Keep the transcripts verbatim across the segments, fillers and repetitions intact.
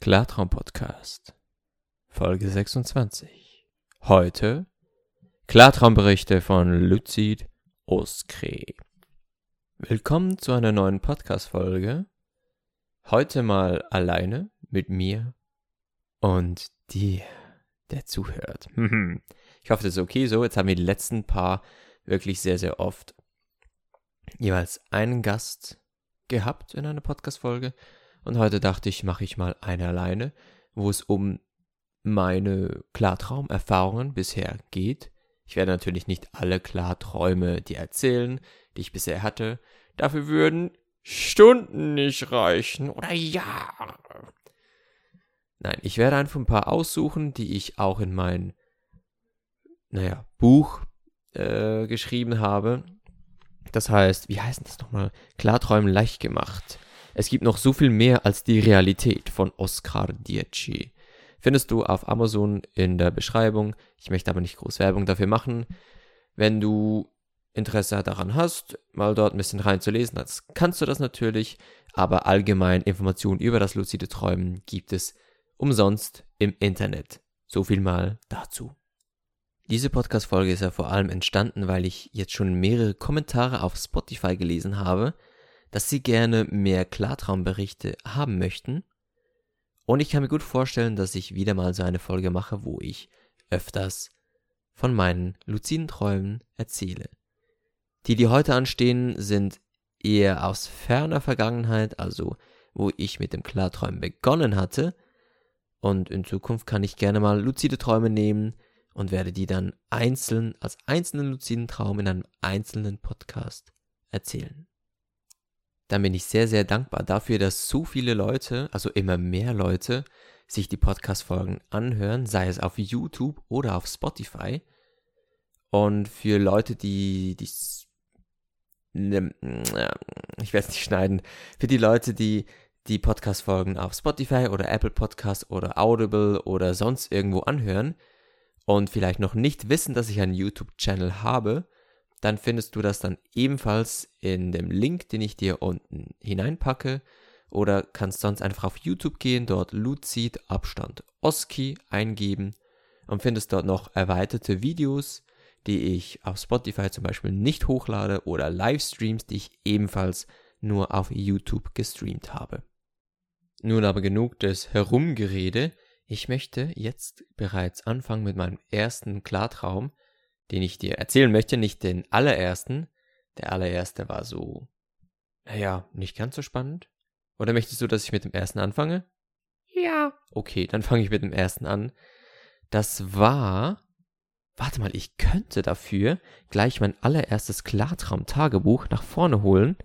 Klartraum-Podcast, Folge sechsundzwanzig. Heute Klartraumberichte von Lucid Oskre. Willkommen zu einer neuen Podcast-Folge. Heute mal alleine mit mir und dir, der zuhört. Ich hoffe, das ist okay so. Jetzt haben wir die letzten paar wirklich sehr, sehr oft jeweils einen Gast gehabt in einer Podcast-Folge. Und heute dachte ich, mache ich mal eine alleine, wo es um meine Klartraumerfahrungen bisher geht. Ich werde natürlich nicht alle Klarträume dir erzählen, die ich bisher hatte. Dafür würden Stunden nicht reichen oder Jahre. Nein, ich werde einfach ein paar aussuchen, die ich auch in mein, naja, Buch äh, geschrieben habe. Das heißt, wie heißt das nochmal? Klarträumen leicht gemacht. Es gibt noch so viel mehr als die Realität von Oscar Dietschi. Findest du auf Amazon in der Beschreibung. Ich möchte aber nicht groß Werbung dafür machen. Wenn du Interesse daran hast, mal dort ein bisschen reinzulesen, dann kannst du das natürlich. Aber allgemein Informationen über das luzide Träumen gibt es umsonst im Internet. So viel mal dazu. Diese Podcast-Folge ist ja vor allem entstanden, weil ich jetzt schon mehrere Kommentare auf Spotify gelesen habe, dass sie gerne mehr Klartraumberichte haben möchten. Und ich kann mir gut vorstellen, dass ich wieder mal so eine Folge mache, wo ich öfters von meinen luziden Träumen erzähle. Die, die heute anstehen, sind eher aus ferner Vergangenheit, also wo ich mit dem Klarträumen begonnen hatte. Und in Zukunft kann ich gerne mal luzide Träume nehmen und werde die dann einzeln als einzelnen luziden Traum in einem einzelnen Podcast erzählen. Dann bin ich sehr, sehr dankbar dafür, dass so viele Leute, also immer mehr Leute, sich die Podcast-Folgen anhören, sei es auf YouTube oder auf Spotify. Und für Leute, die, die ich werde es nicht schneiden, für die Leute, die die Podcast-Folgen auf Spotify oder Apple Podcasts oder Audible oder sonst irgendwo anhören und vielleicht noch nicht wissen, dass ich einen YouTube-Channel habe, dann findest du das dann ebenfalls in dem Link, den ich dir unten hineinpacke, oder kannst sonst einfach auf YouTube gehen, dort Lucid Abstand Oski eingeben und findest dort noch erweiterte Videos, die ich auf Spotify zum Beispiel nicht hochlade, oder Livestreams, die ich ebenfalls nur auf YouTube gestreamt habe. Nun aber genug des Herumgerede. Ich möchte jetzt bereits anfangen mit meinem ersten Klartraum, den ich dir erzählen möchte, nicht den allerersten. Der allererste war so, naja, nicht ganz so spannend. Oder möchtest du, dass ich mit dem ersten anfange? Ja. Okay, dann fange ich mit dem ersten an. Das war, warte mal, ich könnte dafür gleich mein allererstes Klartraum-Tagebuch nach vorne holen.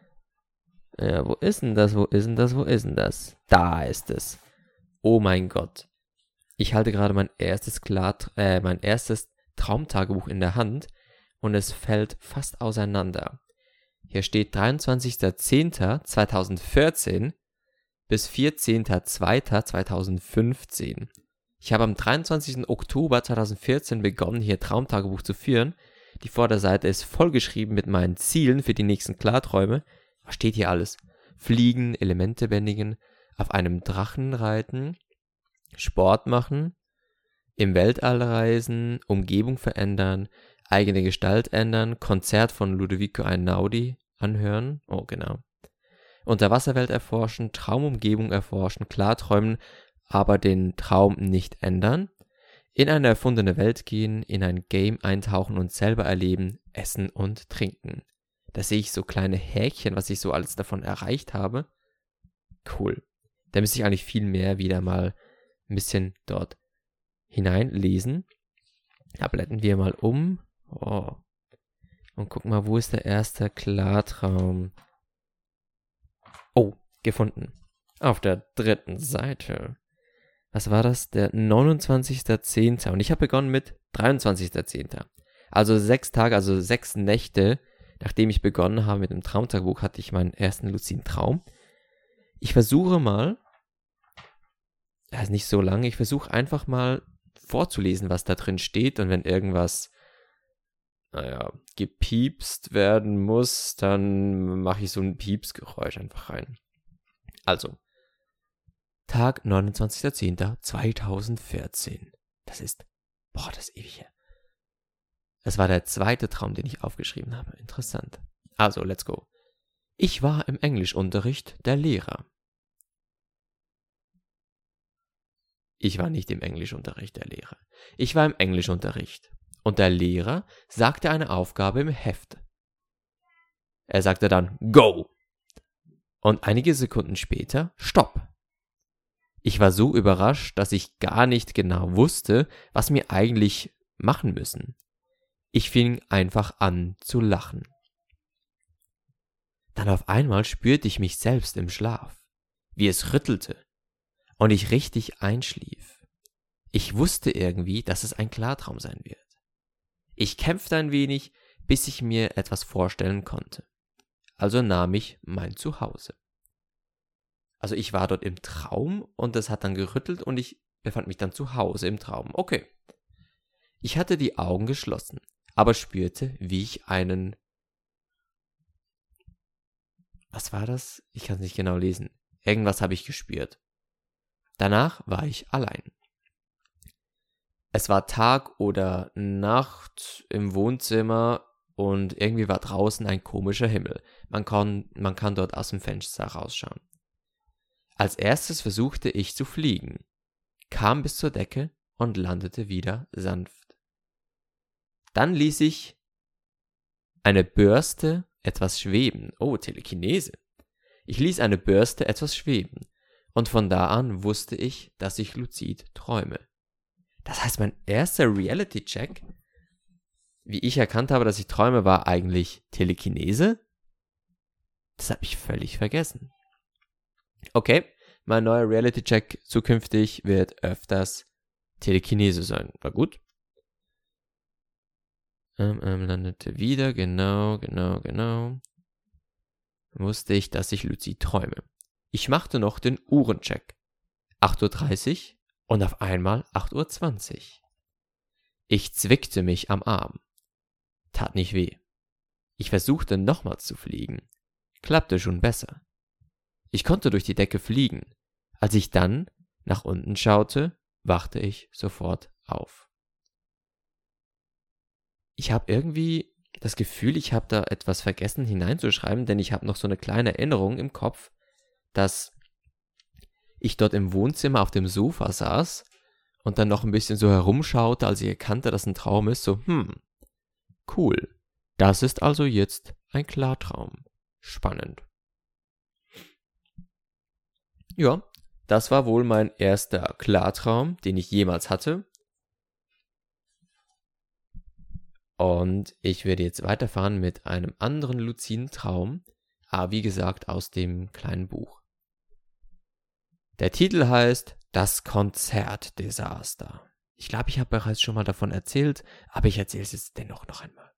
Ja, wo ist denn das, wo ist denn das, wo ist denn das? Da ist es. Oh mein Gott. Ich halte gerade mein erstes Klar, äh, mein erstes Traumtagebuch in der Hand und es fällt fast auseinander. Hier steht dreiundzwanzigster zehnter zweitausendvierzehn bis vierzehnter zweiter zweitausendfünfzehn. Ich habe am dreiundzwanzigsten Oktober zweitausendvierzehn begonnen, hier Traumtagebuch zu führen. Die Vorderseite ist vollgeschrieben mit meinen Zielen für die nächsten Klarträume. Was steht hier alles? Fliegen, Elemente bändigen, auf einem Drachen reiten, Sport machen, im Weltall reisen, Umgebung verändern, eigene Gestalt ändern, Konzert von Ludovico Einaudi anhören, oh genau, Unterwasserwelt erforschen, Traumumgebung erforschen, Klarträumen, aber den Traum nicht ändern, in eine erfundene Welt gehen, in ein Game eintauchen und selber erleben, essen und trinken. Da sehe ich so kleine Häkchen, was ich so alles davon erreicht habe. Cool. Da müsste ich eigentlich viel mehr wieder mal ein bisschen dort hineinlesen. Da blättern wir mal um. Oh. Und gucken mal, wo ist der erste Klartraum? Oh, gefunden. Auf der dritten Seite. Was war das? Der neunundzwanzigster zehnter Und ich habe begonnen mit dreiundzwanzigster zehnter Also sechs Tage, also sechs Nächte, nachdem ich begonnen habe mit dem Traumtagebuch, hatte ich meinen ersten luziden Traum. Ich versuche mal, also nicht so lange, ich versuche einfach mal vorzulesen, was da drin steht, und wenn irgendwas, naja, gepiepst werden muss, dann mache ich so ein Piepsgeräusch einfach rein. Also, Tag neunundzwanzigster zehnter zweitausendvierzehn. Das ist, boah, das ist ewig her. Das war der zweite Traum, den ich aufgeschrieben habe. Interessant. Also, let's go. Ich war im Englischunterricht der Lehrer. Ich war nicht im Englischunterricht der Lehrer. Ich war im Englischunterricht. Und der Lehrer sagte eine Aufgabe im Heft. Er sagte dann, Go! Und einige Sekunden später, Stopp! Ich war so überrascht, dass ich gar nicht genau wusste, was wir eigentlich machen müssen. Ich fing einfach an zu lachen. Dann auf einmal spürte ich mich selbst im Schlaf, wie es rüttelte und ich richtig einschlief. Ich wusste irgendwie, dass es ein Klartraum sein wird. Ich kämpfte ein wenig, bis ich mir etwas vorstellen konnte. Also nahm ich mein Zuhause. Also ich war dort im Traum und es hat dann gerüttelt und ich befand mich dann zu Hause im Traum. Okay. Ich hatte die Augen geschlossen, aber spürte, wie ich einen... Was war das? Ich kann es nicht genau lesen. Irgendwas habe ich gespürt. Danach war ich allein. Es war Tag oder Nacht im Wohnzimmer und irgendwie war draußen ein komischer Himmel. Man kann, man kann dort aus dem Fenster rausschauen. Als erstes versuchte ich zu fliegen, kam bis zur Decke und landete wieder sanft. Dann ließ ich eine Bürste etwas schweben. Oh, Telekinese. Ich ließ eine Bürste etwas schweben und von da an wusste ich, dass ich luzid träume. Das heißt, mein erster Reality-Check, wie ich erkannt habe, dass ich träume, war eigentlich Telekinese? Das habe ich völlig vergessen. Okay, mein neuer Reality-Check zukünftig wird öfters Telekinese sein. War gut. Ähm, ähm, landete wieder, genau, genau, genau. Wusste ich, dass ich luzid träume. Ich machte noch den Uhrencheck. acht Uhr dreißig und auf einmal acht Uhr zwanzig. Ich zwickte mich am Arm. Tat nicht weh. Ich versuchte nochmals zu fliegen. Klappte schon besser. Ich konnte durch die Decke fliegen. Als ich dann nach unten schaute, wachte ich sofort auf. Ich habe irgendwie das Gefühl, ich habe da etwas vergessen hineinzuschreiben, denn ich habe noch so eine kleine Erinnerung im Kopf, dass ich dort im Wohnzimmer auf dem Sofa saß und dann noch ein bisschen so herumschaute, als ich erkannte, dass ein Traum ist, so, hm, cool, das ist also jetzt ein Klartraum. Spannend. Ja, das war wohl mein erster Klartraum, den ich jemals hatte. Und ich werde jetzt weiterfahren mit einem anderen luziden Traum, aber wie gesagt aus dem kleinen Buch. Der Titel heißt Das Konzertdesaster. Ich glaube, ich habe bereits schon mal davon erzählt, aber ich erzähle es jetzt dennoch noch einmal.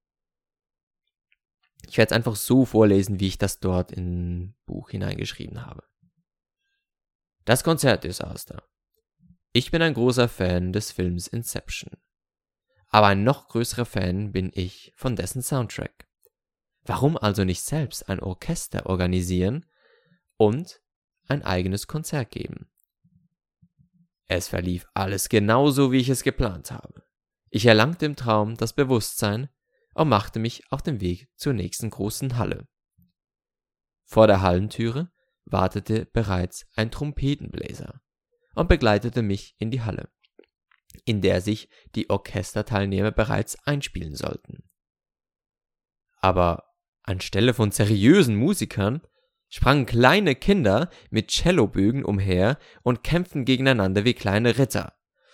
Ich werde es einfach so vorlesen, wie ich das dort im Buch hineingeschrieben habe. Das Konzertdesaster. Ich bin ein großer Fan des Films Inception. Aber ein noch größerer Fan bin ich von dessen Soundtrack. Warum also nicht selbst ein Orchester organisieren und ein eigenes Konzert geben? Es verlief alles genauso, wie ich es geplant habe. Ich erlangte im Traum das Bewusstsein und machte mich auf den Weg zur nächsten großen Halle. Vor der Hallentüre wartete bereits ein Trompetenbläser und begleitete mich in die Halle, in der sich die Orchesterteilnehmer bereits einspielen sollten. Aber anstelle von seriösen Musikern sprangen kleine Kinder mit Cellobögen umher und kämpften gegeneinander wie kleine Ritter.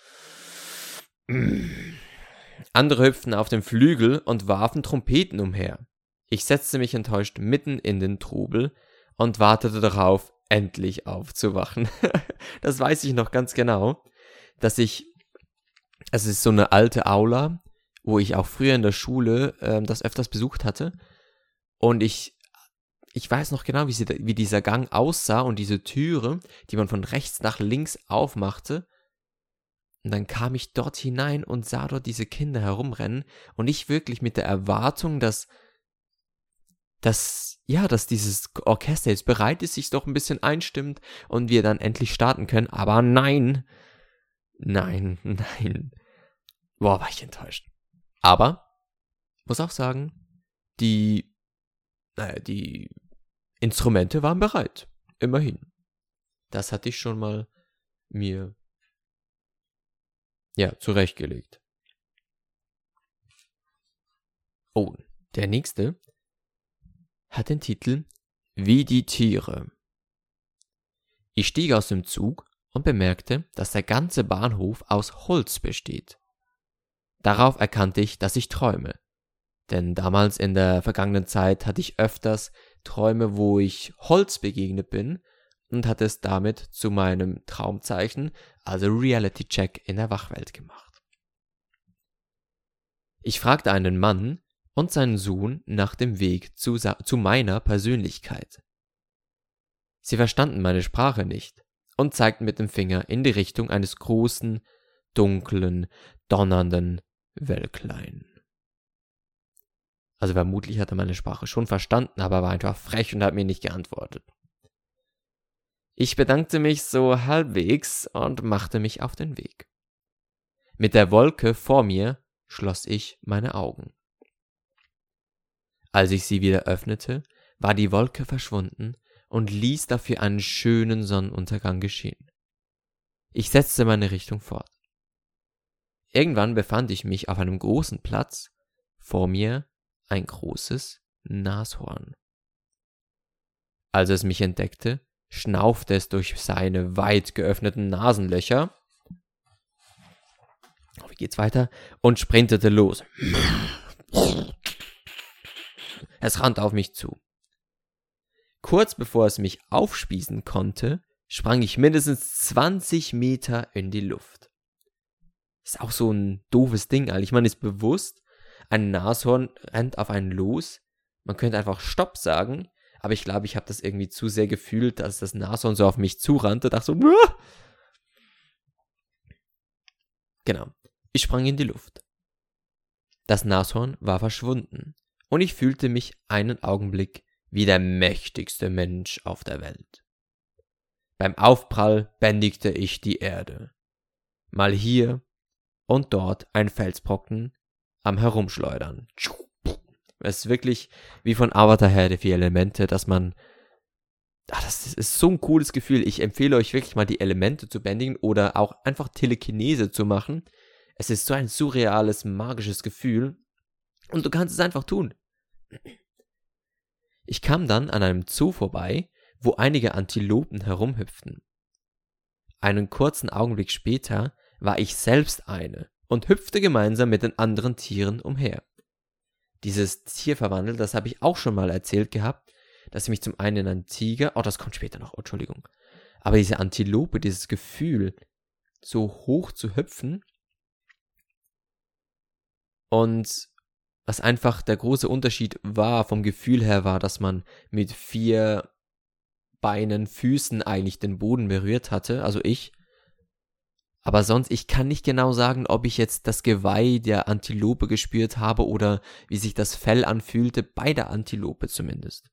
Andere hüpften auf dem Flügel und warfen Trompeten umher. Ich setzte mich enttäuscht mitten in den Trubel und wartete darauf, endlich aufzuwachen. Das weiß ich noch ganz genau, dass ich, es ist so eine alte Aula, wo ich auch früher in der Schule äh, das öfters besucht hatte. Und ich, ich weiß noch genau, wie, sie, wie dieser Gang aussah und diese Türe, die man von rechts nach links aufmachte. Und dann kam ich dort hinein und sah dort diese Kinder herumrennen und ich wirklich mit der Erwartung, dass dass, ja, dass dieses Orchester jetzt bereit ist, sich doch ein bisschen einstimmt und wir dann endlich starten können. Aber nein, nein, nein. Boah, war ich enttäuscht. Aber, muss auch sagen, die, naja, die Instrumente waren bereit. Immerhin. Das hatte ich schon mal mir, ja, zurechtgelegt. Oh, der nächste hat den Titel Wie die Tiere. Ich stieg aus dem Zug und bemerkte, dass der ganze Bahnhof aus Holz besteht. Darauf erkannte ich, dass ich träume. Denn damals in der vergangenen Zeit hatte ich öfters Träume, wo ich Holz begegnet bin und hatte es damit zu meinem Traumzeichen, also Reality-Check in der Wachwelt gemacht. Ich fragte einen Mann und seinen Sohn nach dem Weg zu, zu meiner Persönlichkeit. Sie verstanden meine Sprache nicht und zeigten mit dem Finger in die Richtung eines großen, dunklen, donnernden Wölklein. Also vermutlich hat er meine Sprache schon verstanden, aber war einfach frech und hat mir nicht geantwortet. Ich bedankte mich so halbwegs und machte mich auf den Weg. Mit der Wolke vor mir schloss ich meine Augen. Als ich sie wieder öffnete, war die Wolke verschwunden und ließ dafür einen schönen Sonnenuntergang geschehen. Ich setzte meine Richtung fort. Irgendwann befand ich mich auf einem großen Platz, vor mir ein großes Nashorn. Als es mich entdeckte, schnaufte es durch seine weit geöffneten Nasenlöcher, wie geht's weiter, und sprintete los. Es rannte auf mich zu. Kurz bevor es mich aufspießen konnte, sprang ich mindestens zwanzig Meter in die Luft. Ist auch so ein doofes Ding eigentlich. Man ist bewusst, ein Nashorn rennt auf einen los. Man könnte einfach Stopp sagen, aber ich glaube, ich habe das irgendwie zu sehr gefühlt, dass das Nashorn so auf mich zurannte. Dachte so, Buah! Genau. Ich sprang in die Luft. Das Nashorn war verschwunden und ich fühlte mich einen Augenblick wie der mächtigste Mensch auf der Welt. Beim Aufprall bändigte ich die Erde. Mal hier und dort ein Felsbrocken am Herumschleudern. Es ist wirklich wie von Avatar her die vier Elemente, dass man... Ach, das ist so ein cooles Gefühl. Ich empfehle euch wirklich mal, die Elemente zu bändigen oder auch einfach Telekinese zu machen. Es ist so ein surreales, magisches Gefühl. Und du kannst es einfach tun. Ich kam dann an einem Zoo vorbei, wo einige Antilopen herumhüpften. Einen kurzen Augenblick später war ich selbst eine und hüpfte gemeinsam mit den anderen Tieren umher. Dieses Tierverwandel, das habe ich auch schon mal erzählt gehabt, dass ich mich zum einen in einen Tiger, oh, das kommt später noch, oh, Entschuldigung, aber diese Antilope, dieses Gefühl, so hoch zu hüpfen und was einfach der große Unterschied war, vom Gefühl her war, dass man mit vier Beinen, Füßen eigentlich den Boden berührt hatte, also ich. Aber sonst, ich kann nicht genau sagen, ob ich jetzt das Geweih der Antilope gespürt habe oder wie sich das Fell anfühlte, bei der Antilope zumindest.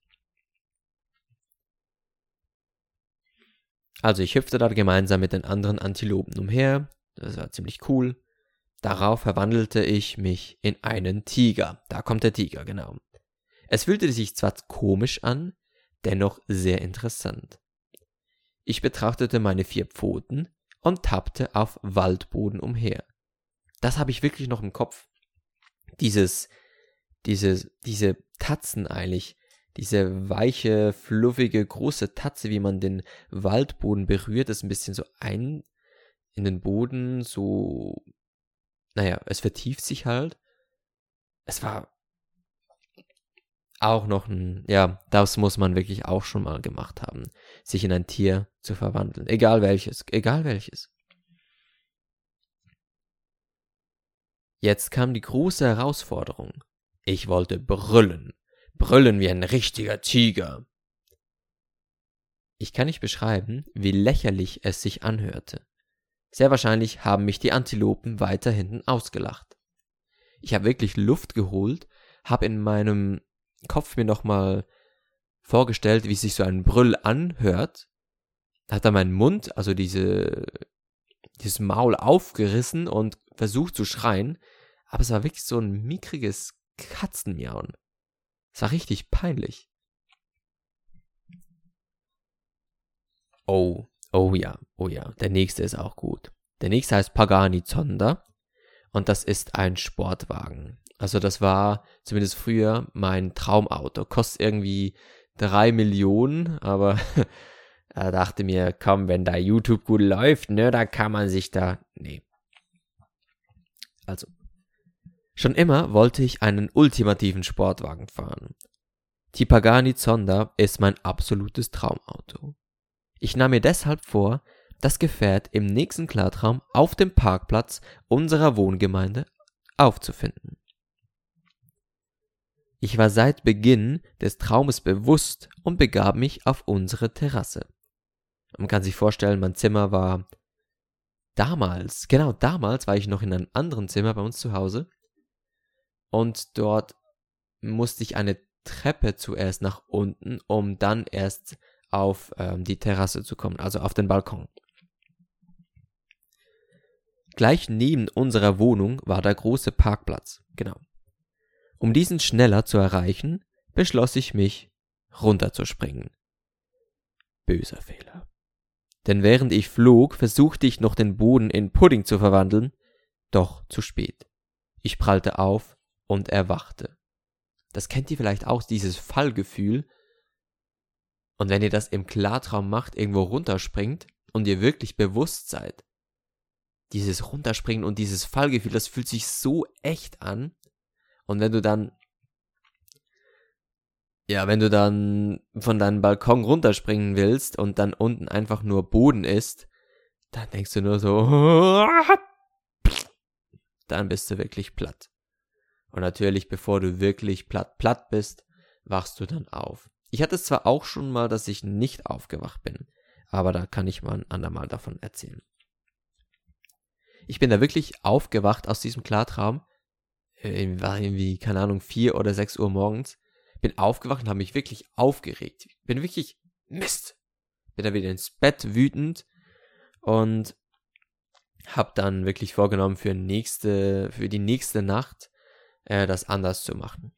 Also ich hüpfte da gemeinsam mit den anderen Antilopen umher, das war ziemlich cool. Darauf verwandelte ich mich in einen Tiger. Da kommt der Tiger, genau. Es fühlte sich zwar komisch an, dennoch sehr interessant. Ich betrachtete meine vier Pfoten und tappte auf Waldboden umher. Das habe ich wirklich noch im Kopf. Dieses, diese, diese Tatzen eigentlich, diese weiche, fluffige, große Tatze, wie man den Waldboden berührt, ist ein bisschen so ein in den Boden, so... Naja, es vertieft sich halt. Es war auch noch ein, ja, das muss man wirklich auch schon mal gemacht haben, sich in ein Tier zu verwandeln. Egal welches, egal welches. Jetzt kam die große Herausforderung. Ich wollte brüllen. Brüllen wie ein richtiger Tiger. Ich kann nicht beschreiben, wie lächerlich es sich anhörte. Sehr wahrscheinlich haben mich die Antilopen weiter hinten ausgelacht. Ich habe wirklich Luft geholt, habe in meinem Kopf mir nochmal vorgestellt, wie sich so ein Brüll anhört. Hat dann meinen Mund, also diese, dieses Maul aufgerissen und versucht zu schreien. Aber es war wirklich so ein mickriges Katzenmiauen. Es war richtig peinlich. Oh, oh ja, oh ja, der nächste ist auch gut. Der nächste heißt Pagani Zonda und das ist ein Sportwagen. Also das war zumindest früher mein Traumauto. Kostet irgendwie drei Millionen, aber er dachte mir, komm, wenn da YouTube gut läuft, ne, da kann man sich da... Nee. Also, schon immer wollte ich einen ultimativen Sportwagen fahren. Die Pagani Zonda ist mein absolutes Traumauto. Ich nahm mir deshalb vor, das Gefährt im nächsten Klartraum auf dem Parkplatz unserer Wohngemeinde aufzufinden. Ich war seit Beginn des Traumes bewusst und begab mich auf unsere Terrasse. Man kann sich vorstellen, mein Zimmer war damals, genau damals war ich noch in einem anderen Zimmer bei uns zu Hause und dort musste ich eine Treppe zuerst nach unten, um dann erst auf ähm, die Terrasse zu kommen, also auf den Balkon. Gleich neben unserer Wohnung war der große Parkplatz, genau. Um diesen schneller zu erreichen, beschloss ich mich, runterzuspringen. Böser Fehler. Denn während ich flog, versuchte ich noch den Boden in Pudding zu verwandeln, doch zu spät. Ich prallte auf und erwachte. Das kennt ihr vielleicht auch, dieses Fallgefühl. Und wenn ihr das im Klartraum macht, irgendwo runterspringt und ihr wirklich bewusst seid, dieses Runterspringen und dieses Fallgefühl, das fühlt sich so echt an. Und wenn du dann, ja, wenn du dann von deinem Balkon runterspringen willst und dann unten einfach nur Boden ist, dann denkst du nur so, dann bist du wirklich platt. Und natürlich, bevor du wirklich platt, platt bist, wachst du dann auf. Ich hatte es zwar auch schon mal, dass ich nicht aufgewacht bin, aber da kann ich mal ein andermal davon erzählen. Ich bin da wirklich aufgewacht aus diesem Klartraum, äh, war irgendwie, keine Ahnung, vier oder sechs Uhr morgens, bin aufgewacht und habe mich wirklich aufgeregt. Bin wirklich, Mist, bin da wieder ins Bett wütend und habe dann wirklich vorgenommen, für nächste, für die nächste Nacht äh, das anders zu machen.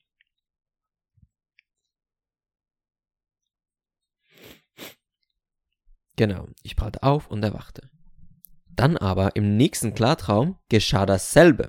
Genau, ich prallte auf und erwachte. Dann aber im nächsten Klartraum geschah dasselbe.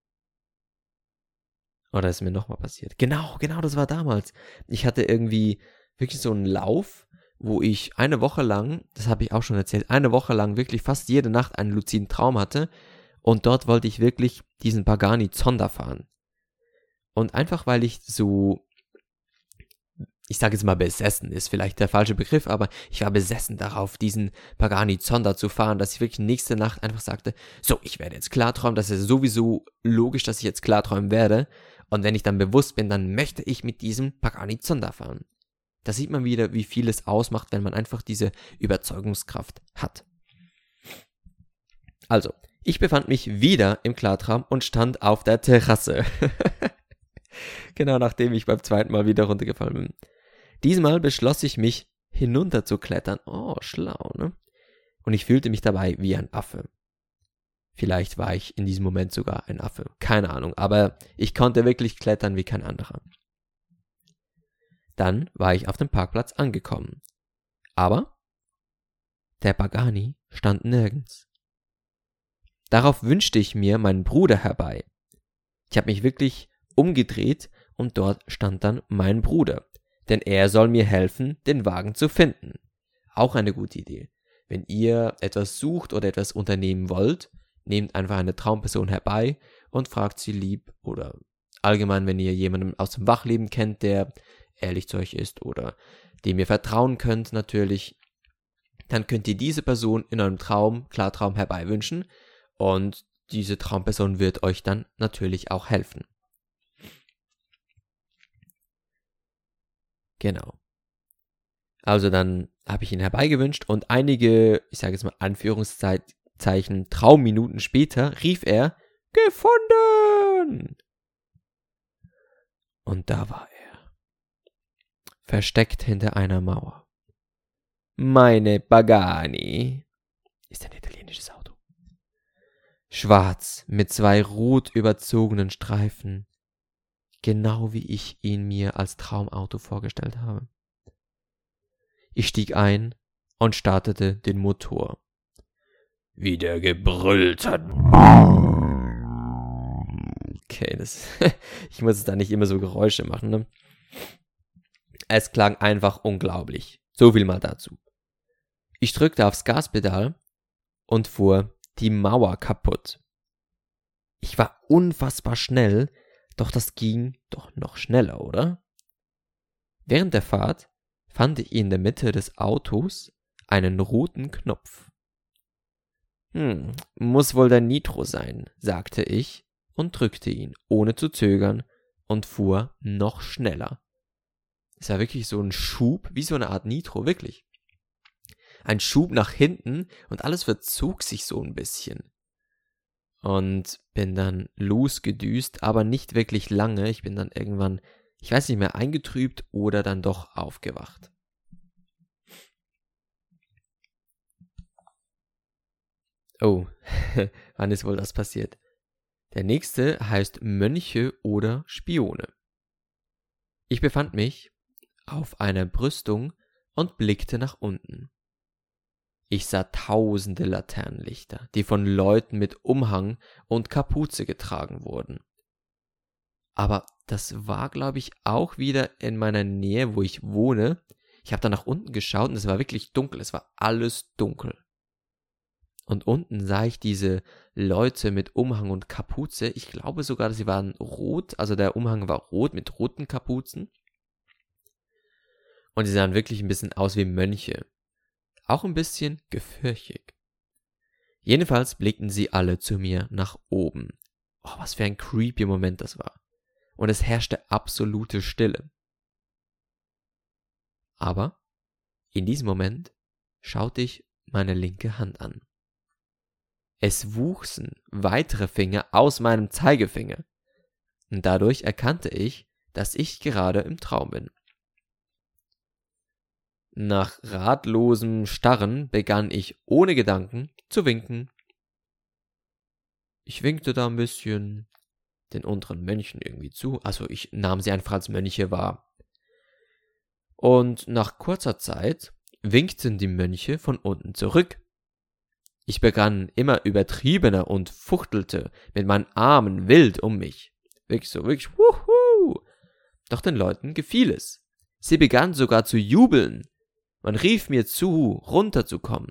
Oder ist mir nochmal passiert? Genau, genau, das war damals. Ich hatte irgendwie wirklich so einen Lauf, wo ich eine Woche lang, das habe ich auch schon erzählt, eine Woche lang wirklich fast jede Nacht einen luziden Traum hatte. Und dort wollte ich wirklich diesen Pagani Zonda fahren. Und einfach weil ich so, ich sage jetzt mal besessen, ist vielleicht der falsche Begriff, aber ich war besessen darauf, diesen Pagani Zonda zu fahren, dass ich wirklich nächste Nacht einfach sagte, so, ich werde jetzt klarträumen, das ist sowieso logisch, dass ich jetzt klarträumen werde. Und wenn ich dann bewusst bin, dann möchte ich mit diesem Pagani Zonda fahren. Da sieht man wieder, wie viel es ausmacht, wenn man einfach diese Überzeugungskraft hat. Also, ich befand mich wieder im Klartraum und stand auf der Terrasse. Genau nachdem ich beim zweiten Mal wieder runtergefallen bin. Diesmal beschloss ich mich, hinunter zu klettern. Oh, schlau, ne? Und ich fühlte mich dabei wie ein Affe. Vielleicht war ich in diesem Moment sogar ein Affe. Keine Ahnung, aber ich konnte wirklich klettern wie kein anderer. Dann war ich auf dem Parkplatz angekommen. Aber der Pagani stand nirgends. Darauf wünschte ich mir meinen Bruder herbei. Ich habe mich wirklich umgedreht und dort stand dann mein Bruder. Denn er soll mir helfen, den Wagen zu finden. Auch eine gute Idee. Wenn ihr etwas sucht oder etwas unternehmen wollt, nehmt einfach eine Traumperson herbei und fragt sie lieb oder allgemein, wenn ihr jemanden aus dem Wachleben kennt, der ehrlich zu euch ist oder dem ihr vertrauen könnt natürlich, dann könnt ihr diese Person in eurem Traum, Klartraum herbeiwünschen und diese Traumperson wird euch dann natürlich auch helfen. Genau. Also dann habe ich ihn herbeigewünscht und einige, ich sage jetzt mal Anführungszeichen, Traumminuten später rief er, gefunden! Und da war er. versteckt hinter einer Mauer. Meine Pagani ist ein italienisches Auto. Schwarz mit zwei rot überzogenen Streifen, genau wie ich ihn mir als Traumauto vorgestellt habe. Ich stieg ein und startete den Motor. Wie der gebrüllt hat. Okay, das ich muss jetzt da nicht immer so Geräusche machen, ne? Es klang einfach unglaublich. So viel mal dazu. Ich drückte aufs Gaspedal und fuhr die Mauer kaputt. Ich war unfassbar schnell, doch das ging doch noch schneller, oder? Während der Fahrt fand ich in der Mitte des Autos einen roten Knopf. Hm, muss wohl der Nitro sein, sagte ich und drückte ihn, ohne zu zögern, und fuhr noch schneller. Es war wirklich so ein Schub, wie so eine Art Nitro, wirklich. Ein Schub nach hinten und alles verzog sich so ein bisschen. Und bin dann losgedüst, aber nicht wirklich lange. Ich bin dann irgendwann, ich weiß nicht mehr, eingetrübt oder dann doch aufgewacht. Oh, wann ist wohl das passiert? Der nächste heißt Mönche oder Spione. Ich befand mich auf einer Brüstung und blickte nach unten. Ich sah tausende Laternenlichter, die von Leuten mit Umhang und Kapuze getragen wurden. Aber das war, glaube ich, auch wieder in meiner Nähe, wo ich wohne. Ich habe da nach unten geschaut und es war wirklich dunkel, es war alles dunkel. Und unten sah ich diese Leute mit Umhang und Kapuze. Ich glaube sogar, sie waren rot, also der Umhang war rot mit roten Kapuzen. Und sie sahen wirklich ein bisschen aus wie Mönche. Auch ein bisschen gefürchtig. Jedenfalls blickten sie alle zu mir nach oben. Oh, was für ein creepy Moment das war. Und es herrschte absolute Stille. Aber in diesem Moment schaute ich meine linke Hand an. Es wuchsen weitere Finger aus meinem Zeigefinger. Und dadurch erkannte ich, dass ich gerade im Traum bin. Nach ratlosem Starren begann ich ohne Gedanken zu winken. Ich winkte da ein bisschen den unteren Mönchen irgendwie zu, also ich nahm sie einfach als Mönche wahr. Und nach kurzer Zeit winkten die Mönche von unten zurück. Ich begann immer übertriebener und fuchtelte mit meinen Armen wild um mich. Wirklich so, wirklich, wuhu! Doch den Leuten gefiel es. Sie begannen sogar zu jubeln. Man rief mir zu, runterzukommen.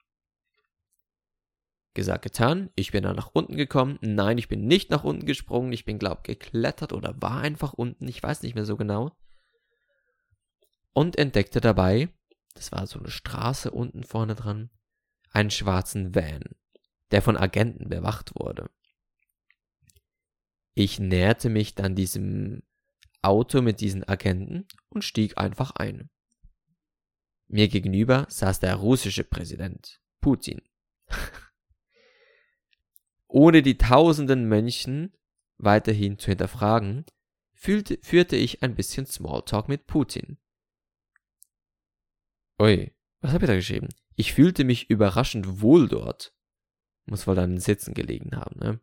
Gesagt, getan, ich bin dann nach unten gekommen. Nein, ich bin nicht nach unten gesprungen. Ich bin, glaub, geklettert oder war einfach unten. Ich weiß nicht mehr so genau. Und entdeckte dabei, das war so eine Straße unten vorne dran, einen schwarzen Van, der von Agenten bewacht wurde. Ich näherte mich dann diesem Auto mit diesen Agenten und stieg einfach ein. Mir gegenüber saß der russische Präsident, Putin. Ohne die tausenden Mönchen weiterhin zu hinterfragen, fühlte, führte ich ein bisschen Smalltalk mit Putin. Ui, was habe ich da geschrieben? Ich fühlte mich überraschend wohl dort. Muss wohl dann Sitzen gelegen haben, ne?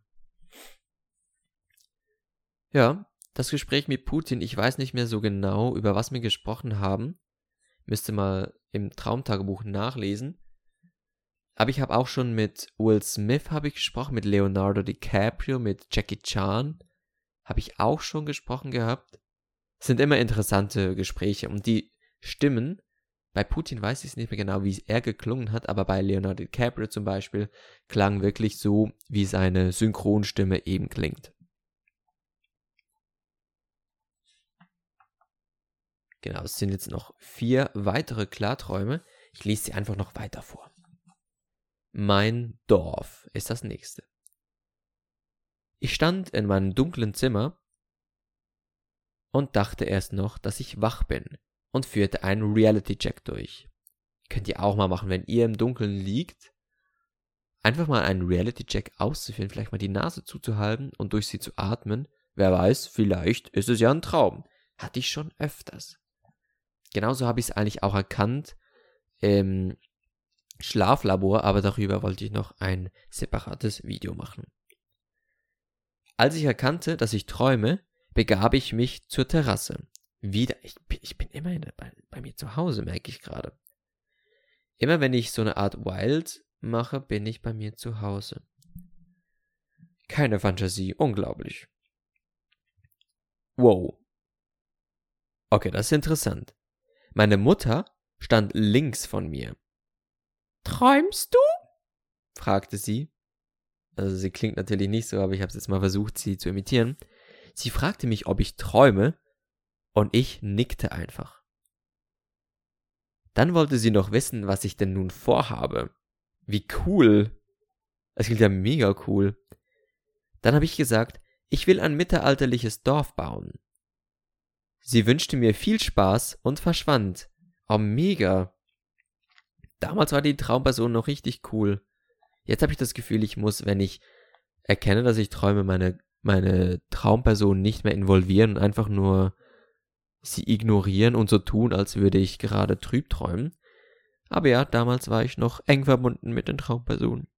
Ja, das Gespräch mit Putin, ich weiß nicht mehr so genau, über was wir gesprochen haben. Müsste mal im Traumtagebuch nachlesen. Aber ich habe auch schon mit Will Smith habe ich gesprochen, mit Leonardo DiCaprio, mit Jackie Chan habe ich auch schon gesprochen gehabt. Es sind immer interessante Gespräche und die Stimmen, bei Putin weiß ich es nicht mehr genau, wie er geklungen hat, aber bei Leonardo DiCaprio zum Beispiel klang wirklich so, wie seine Synchronstimme eben klingt. Genau, es sind jetzt noch vier weitere Klarträume. Ich lese sie einfach noch weiter vor. Mein Dorf ist das nächste. Ich stand in meinem dunklen Zimmer und dachte erst noch, dass ich wach bin und führte einen Reality-Check durch. Könnt ihr auch mal machen, wenn ihr im Dunkeln liegt, einfach mal einen Reality-Check auszuführen, vielleicht mal die Nase zuzuhalten und durch sie zu atmen. Wer weiß, vielleicht ist es ja ein Traum. Hatte ich schon öfters. genauso habe ich es eigentlich auch erkannt im Schlaflabor, aber darüber wollte ich noch ein separates Video machen. Als ich erkannte, dass ich träume, begab ich mich zur Terrasse. Wieder, ich, ich bin immer bei, bei mir zu Hause, merke ich gerade. Immer wenn ich so eine Art Wild mache, bin ich bei mir zu Hause. Keine Fantasie, unglaublich. Wow. Okay, das ist interessant. Meine Mutter stand links von mir. Träumst du? Fragte sie. Also sie klingt natürlich nicht so, aber ich habe es jetzt mal versucht, sie zu imitieren. Sie fragte mich, ob ich träume, und ich nickte einfach. Dann wollte sie noch wissen, was ich denn nun vorhabe. Wie cool. Das klingt ja mega cool. Dann habe ich gesagt, ich will ein mittelalterliches Dorf bauen. Sie wünschte mir viel Spaß und verschwand. Oh, mega. Damals war die Traumperson noch richtig cool. Jetzt habe ich das Gefühl, ich muss, wenn ich erkenne, dass ich träume, meine, meine Traumperson nicht mehr involvieren und einfach nur sie ignorieren und so tun, als würde ich gerade trüb träumen. Aber ja, damals war ich noch eng verbunden mit den Traumpersonen.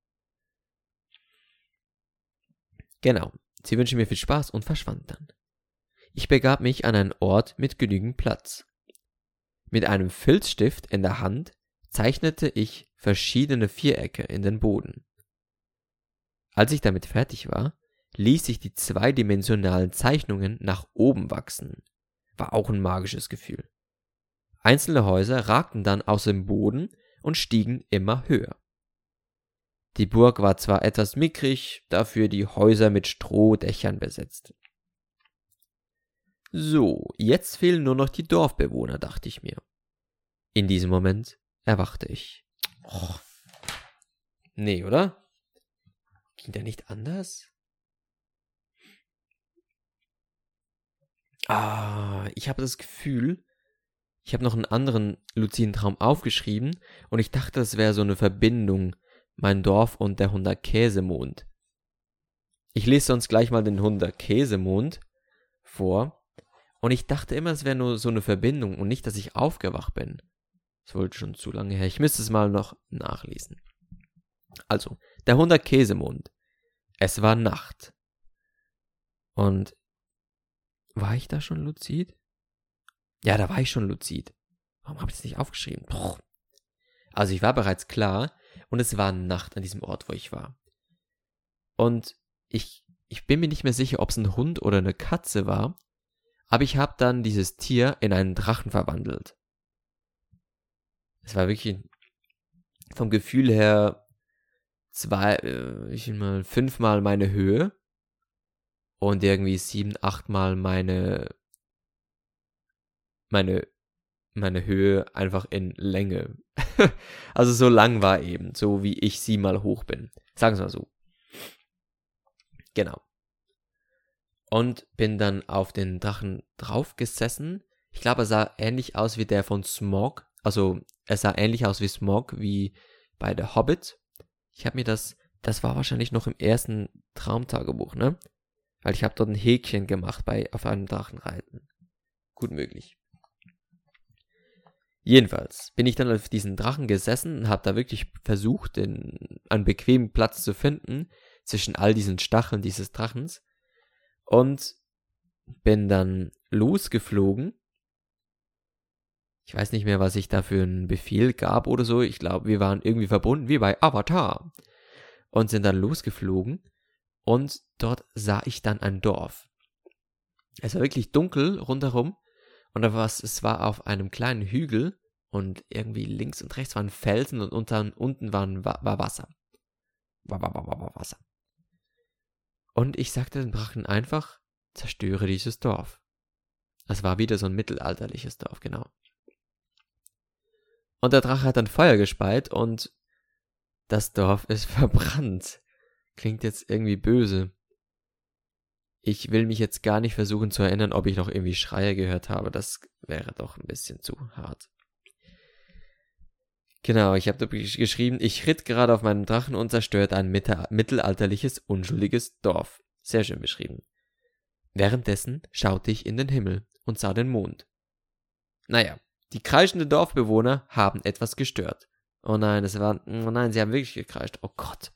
Genau, sie wünschte mir viel Spaß und verschwand dann. Ich begab mich an einen Ort mit genügend Platz. Mit einem Filzstift in der Hand zeichnete ich verschiedene Vierecke in den Boden. Als ich damit fertig war, ließ ich die zweidimensionalen Zeichnungen nach oben wachsen. War auch ein magisches Gefühl. Einzelne Häuser ragten dann aus dem Boden und stiegen immer höher. Die Burg war zwar etwas mickrig, dafür die Häuser mit Strohdächern besetzt. So, jetzt fehlen nur noch die Dorfbewohner, dachte ich mir. In diesem Moment erwachte ich. Oh. Nee, oder? Ging der nicht anders? Ah, ich habe das Gefühl, ich habe noch einen anderen luziden Traum aufgeschrieben und ich dachte, das wäre so eine Verbindung, mein Dorf und der Hundertkäsemond. Ich lese sonst gleich mal den Hundertkäsemond vor und ich dachte immer, es wäre nur so eine Verbindung und nicht, dass ich aufgewacht bin. Das wollte schon zu lange her. Ich müsste es mal noch nachlesen. Also, der Hundertkäsemond. Es war Nacht. Und war ich da schon luzid? Ja, da war ich schon luzid. Warum habe ich das nicht aufgeschrieben? Boah. Also ich war bereits klar und es war Nacht an diesem Ort, wo ich war. Und ich, ich bin mir nicht mehr sicher, ob es ein Hund oder eine Katze war, aber ich habe dann dieses Tier in einen Drachen verwandelt. Es war wirklich vom Gefühl her zwei, äh, ich mal fünfmal meine Höhe und irgendwie sieben, achtmal meine meine meine Höhe einfach in Länge. Also so lang war eben, so wie ich siebenmal hoch bin. Sagen wir mal so. Genau. Und bin dann auf den Drachen draufgesessen. Ich glaube, er sah ähnlich aus wie der von Smaug. Also er sah ähnlich aus wie Smaug, wie bei der Hobbit. Ich habe mir das, das war wahrscheinlich noch im ersten Traumtagebuch, ne? Weil ich habe dort ein Häkchen gemacht bei auf einem Drachenreiten. Gut möglich. Jedenfalls bin ich dann auf diesen Drachen gesessen und habe da wirklich versucht, den, einen bequemen Platz zu finden zwischen all diesen Stacheln dieses Drachens und bin dann losgeflogen. Ich weiß nicht mehr, was ich da für einen Befehl gab oder so. Ich glaube, wir waren irgendwie verbunden, wie bei Avatar. Und sind dann losgeflogen und dort sah ich dann ein Dorf. Es war wirklich dunkel rundherum und da war es, es war auf einem kleinen Hügel und irgendwie links und rechts waren Felsen und unter, unten waren, war, war Wasser. War, war, war, war Wasser. Und ich sagte dem Drachen einfach, zerstöre dieses Dorf. Es war wieder so ein mittelalterliches Dorf, genau. Und der Drache hat dann Feuer gespeit und das Dorf ist verbrannt. Klingt jetzt irgendwie böse. Ich will mich jetzt gar nicht versuchen zu erinnern, ob ich noch irgendwie Schreie gehört habe. Das wäre doch ein bisschen zu hart. Genau, ich habe da geschrieben, ich ritt gerade auf meinem Drachen und zerstörte ein mittelalterliches, unschuldiges Dorf. Sehr schön beschrieben. Währenddessen schaute ich in den Himmel und sah den Mond. Naja, Die kreischenden Dorfbewohner haben etwas gestört. Oh nein, es war, oh nein, sie haben wirklich gekreischt. Oh Gott.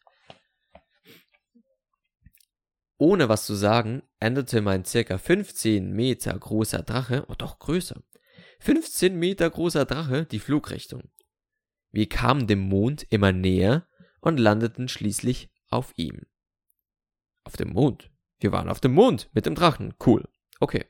Ohne was zu sagen, änderte mein circa fünfzehn Meter großer Drache, oh doch größer, fünfzehn Meter großer Drache die Flugrichtung. Wir kamen dem Mond immer näher und landeten schließlich auf ihm. Auf dem Mond? Wir waren auf dem Mond mit dem Drachen. Cool. Okay.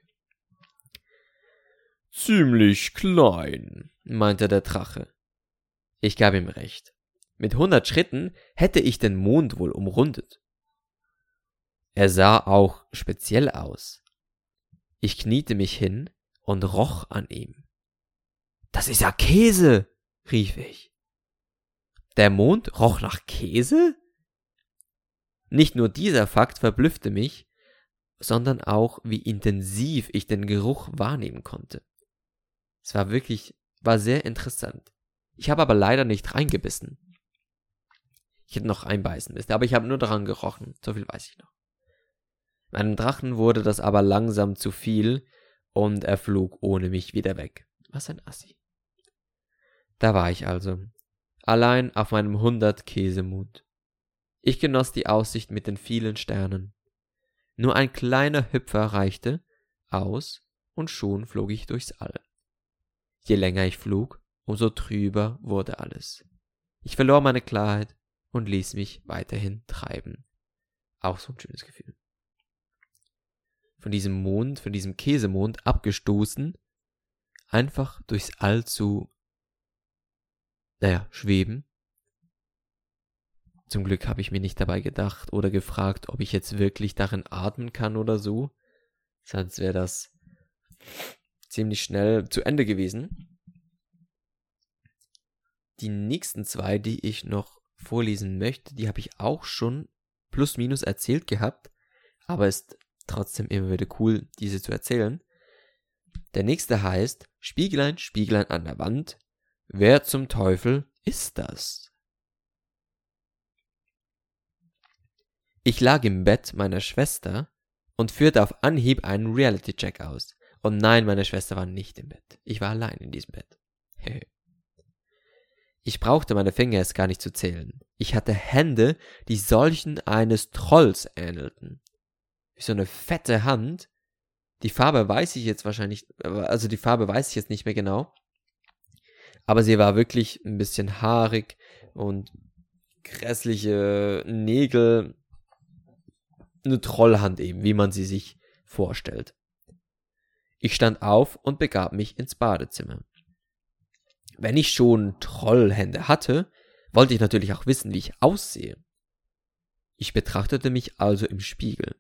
Ziemlich klein, meinte der Drache. Ich gab ihm recht. Mit hundert Schritten hätte ich den Mond wohl umrundet. Er sah auch speziell aus. Ich kniete mich hin und roch an ihm. Das ist ja Käse, rief ich. Der Mond roch nach Käse? Nicht nur dieser Fakt verblüffte mich, sondern auch, wie intensiv ich den Geruch wahrnehmen konnte. Es war wirklich, war sehr interessant. Ich habe aber leider nicht reingebissen. Ich hätte noch reinbeißen müssen, aber ich habe nur daran gerochen, so viel weiß ich noch. Meinem Drachen wurde das aber langsam zu viel und er flog ohne mich wieder weg. Was ein Assi. Da war ich also, allein auf meinem hundert Käsemond. Ich genoss die Aussicht mit den vielen Sternen. Nur ein kleiner Hüpfer reichte aus und schon flog ich durchs All. Je länger ich flog, umso trüber wurde alles. Ich verlor meine Klarheit und ließ mich weiterhin treiben. Auch so ein schönes Gefühl. Von diesem Mond, von diesem Käsemond abgestoßen, einfach durchs All zu, naja, schweben. Zum Glück habe ich mir nicht dabei gedacht oder gefragt, ob ich jetzt wirklich darin atmen kann oder so. Sonst wäre das ziemlich schnell zu Ende gewesen. Die nächsten zwei, die ich noch vorlesen möchte, die habe ich auch schon plus minus erzählt gehabt, aber ist trotzdem immer wieder cool, diese zu erzählen. Der nächste heißt, Spieglein, Spieglein an der Wand, wer zum Teufel ist das? Ich lag im Bett meiner Schwester und führte auf Anhieb einen Reality-Check aus. Und nein, meine Schwester war nicht im Bett. Ich war allein in diesem Bett. Ich brauchte meine Finger erst gar nicht zu zählen. Ich hatte Hände, die solchen eines Trolls ähnelten. Wie so eine fette Hand. Die Farbe weiß ich jetzt wahrscheinlich, also die Farbe weiß ich jetzt nicht mehr genau. Aber sie war wirklich ein bisschen haarig und grässliche Nägel. Eine Trollhand eben, wie man sie sich vorstellt. Ich stand auf und begab mich ins Badezimmer. Wenn ich schon Trollhände hatte, wollte ich natürlich auch wissen, wie ich aussehe. Ich betrachtete mich also im Spiegel.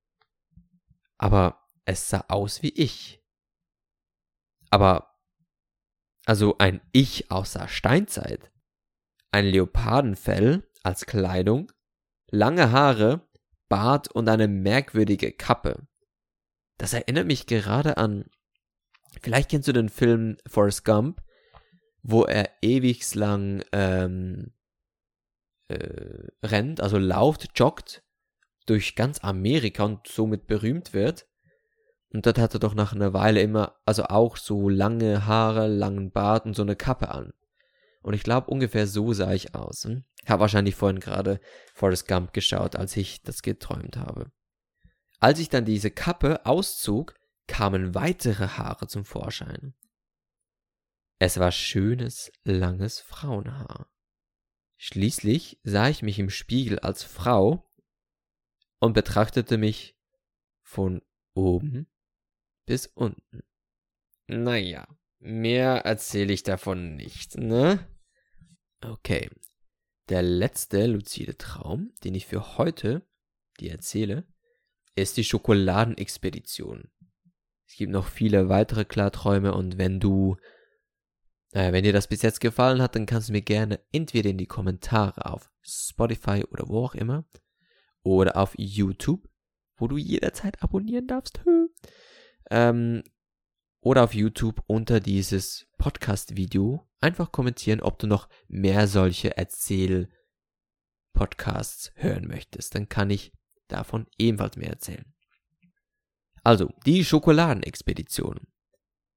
Aber es sah aus wie ich. Aber, also ein Ich aus der Steinzeit. Ein Leopardenfell als Kleidung, lange Haare, Bart und eine merkwürdige Kappe. Das erinnert mich gerade an, vielleicht kennst du den Film Forrest Gump, wo er ewig lang ähm, äh, rennt, also lauft, joggt durch ganz Amerika und somit berühmt wird. Und dort hat er doch nach einer Weile immer, also auch so lange Haare, langen Bart und so eine Kappe an. Und ich glaube, ungefähr so sah ich aus. Hm? Ich habe wahrscheinlich vorhin gerade Forrest Gump geschaut, als ich das geträumt habe. Als ich dann diese Kappe auszog, kamen weitere Haare zum Vorschein. Es war schönes, langes Frauenhaar. Schließlich sah ich mich im Spiegel als Frau und betrachtete mich von oben bis unten. Naja, mehr erzähle ich davon nicht, ne? Okay, der letzte luzide Traum, den ich für heute dir erzähle, ist die Schokoladenexpedition. Es gibt noch viele weitere Klarträume und wenn du, äh, wenn dir das bis jetzt gefallen hat, dann kannst du mir gerne entweder in die Kommentare auf Spotify oder wo auch immer oder auf YouTube, wo du jederzeit abonnieren darfst, ähm, oder auf YouTube unter dieses Podcast-Video einfach kommentieren, ob du noch mehr solche Erzähl-Podcasts hören möchtest. Dann kann ich davon ebenfalls mehr erzählen. Also, die Schokoladenexpedition.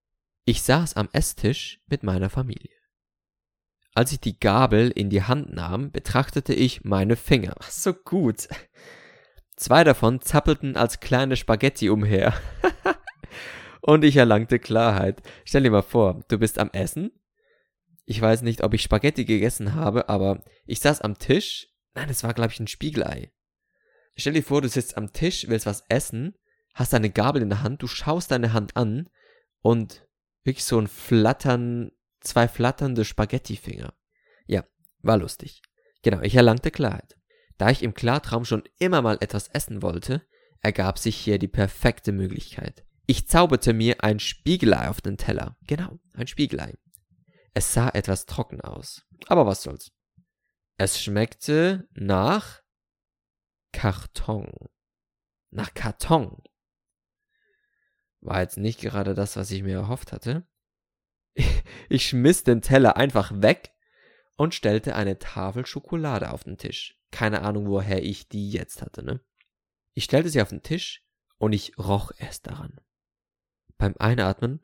Ich saß am Esstisch mit meiner Familie. Als ich die Gabel in die Hand nahm, betrachtete ich meine Finger. Ach, so gut. Zwei davon zappelten als kleine Spaghetti umher. Und ich erlangte Klarheit. Stell dir mal vor, du bist am Essen. Ich weiß nicht, ob ich Spaghetti gegessen habe, aber ich saß am Tisch. Nein, es war, glaube ich, ein Spiegelei. Stell dir vor, du sitzt am Tisch, willst was essen, hast deine Gabel in der Hand, du schaust deine Hand an und wirklich so ein Flattern, zwei flatternde Spaghettifinger. Ja, war lustig. Genau, ich erlangte Klarheit. Da ich im Klartraum schon immer mal etwas essen wollte, ergab sich hier die perfekte Möglichkeit. Ich zauberte mir ein Spiegelei auf den Teller. Genau, ein Spiegelei. Es sah etwas trocken aus, aber was soll's. Es schmeckte nach Karton. Nach Karton. War jetzt nicht gerade das, was ich mir erhofft hatte. Ich schmiss den Teller einfach weg und stellte eine Tafel Schokolade auf den Tisch. Keine Ahnung, woher ich die jetzt hatte, ne? Ich stellte sie auf den Tisch und ich roch erst daran. Beim Einatmen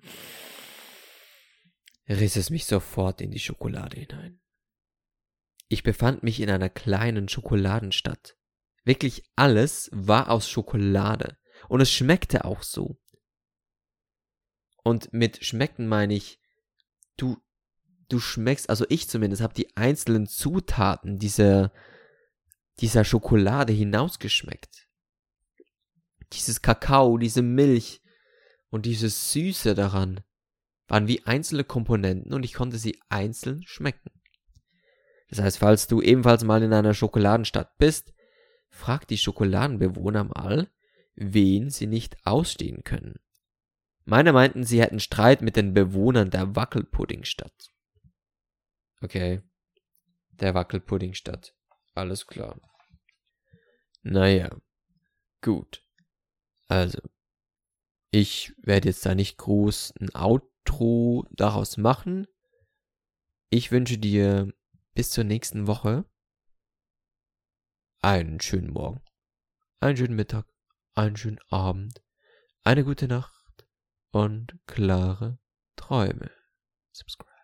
riss es mich sofort in die Schokolade hinein. Ich befand mich in einer kleinen Schokoladenstadt. Wirklich alles war aus Schokolade und es schmeckte auch so. Und mit schmecken meine ich, du, du schmeckst, also ich zumindest, habe die einzelnen Zutaten dieser, dieser Schokolade hinausgeschmeckt. Dieses Kakao, diese Milch und diese Süße daran waren wie einzelne Komponenten und ich konnte sie einzeln schmecken. Das heißt, falls du ebenfalls mal in einer Schokoladenstadt bist, frag die Schokoladenbewohner mal, wen sie nicht ausstehen können. Meine meinten, sie hätten Streit mit den Bewohnern der Wackelpuddingstadt. Okay, der Wackelpuddingstadt. Alles klar. Naja, gut. Also, ich werde jetzt da nicht groß ein Outro daraus machen. Ich wünsche dir bis zur nächsten Woche einen schönen Morgen, einen schönen Mittag, einen schönen Abend, eine gute Nacht und klare Träume. Subscribe.